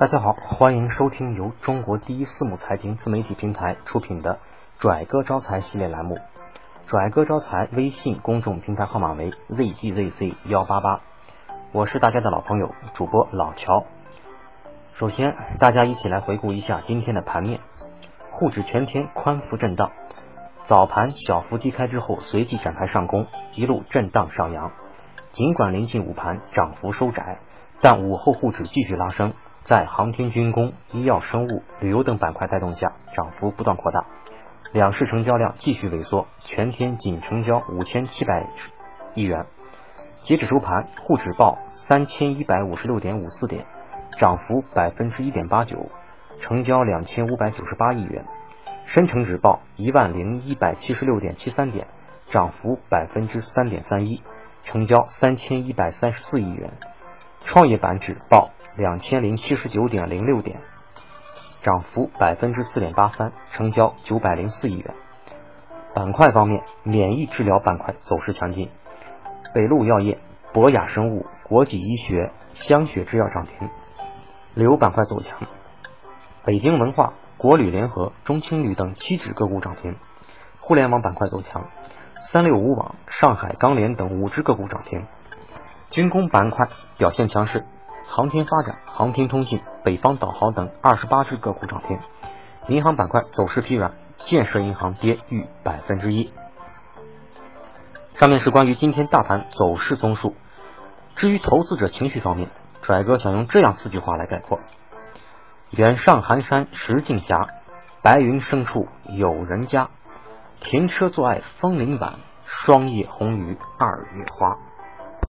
大家好，欢迎收听由中国第一私募财经自媒体平台出品的拽哥招财系列栏目。拽哥招财微信公众平台号码为 ZGZC188，我是大家的老朋友主播老乔。首先大家一起来回顾一下今天的盘面。沪指全天宽幅震荡，早盘小幅低开之后随即展开上攻，一路震荡上扬。尽管临近午盘涨幅收窄，但午后沪指继续拉升，在航天军工、医药生物、旅游等板块带动下，涨幅不断扩大。两市成交量继续萎缩，全天仅成交5700亿元。截止收盘，沪指报3156.54点，涨幅1.89%，成交2598亿元。深成指报10176.73点，涨幅3.31%，成交3134亿元。创业板指报2079.06点，涨幅4.83%，成交904亿元。板块方面，免疫治疗板块走势强劲，北陆药业、博雅生物、国际医学、香雪制药涨停。旅游板块走强，北京文化、国旅联合、中青旅等7只个股涨停。互联网板块走强，365网、上海钢联等5只个股涨停。军工板块表现强势，航天发展、航天通信、北方导航等28只个股涨停。银行板块走势疲软，建设银行跌逾1%。上面是关于今天大盘走势综述。至于投资者情绪方面，拽哥想用这样4句话来概括：远上寒山石径斜，白云深处有人家，停车坐爱枫林晚，霜叶红于2月花。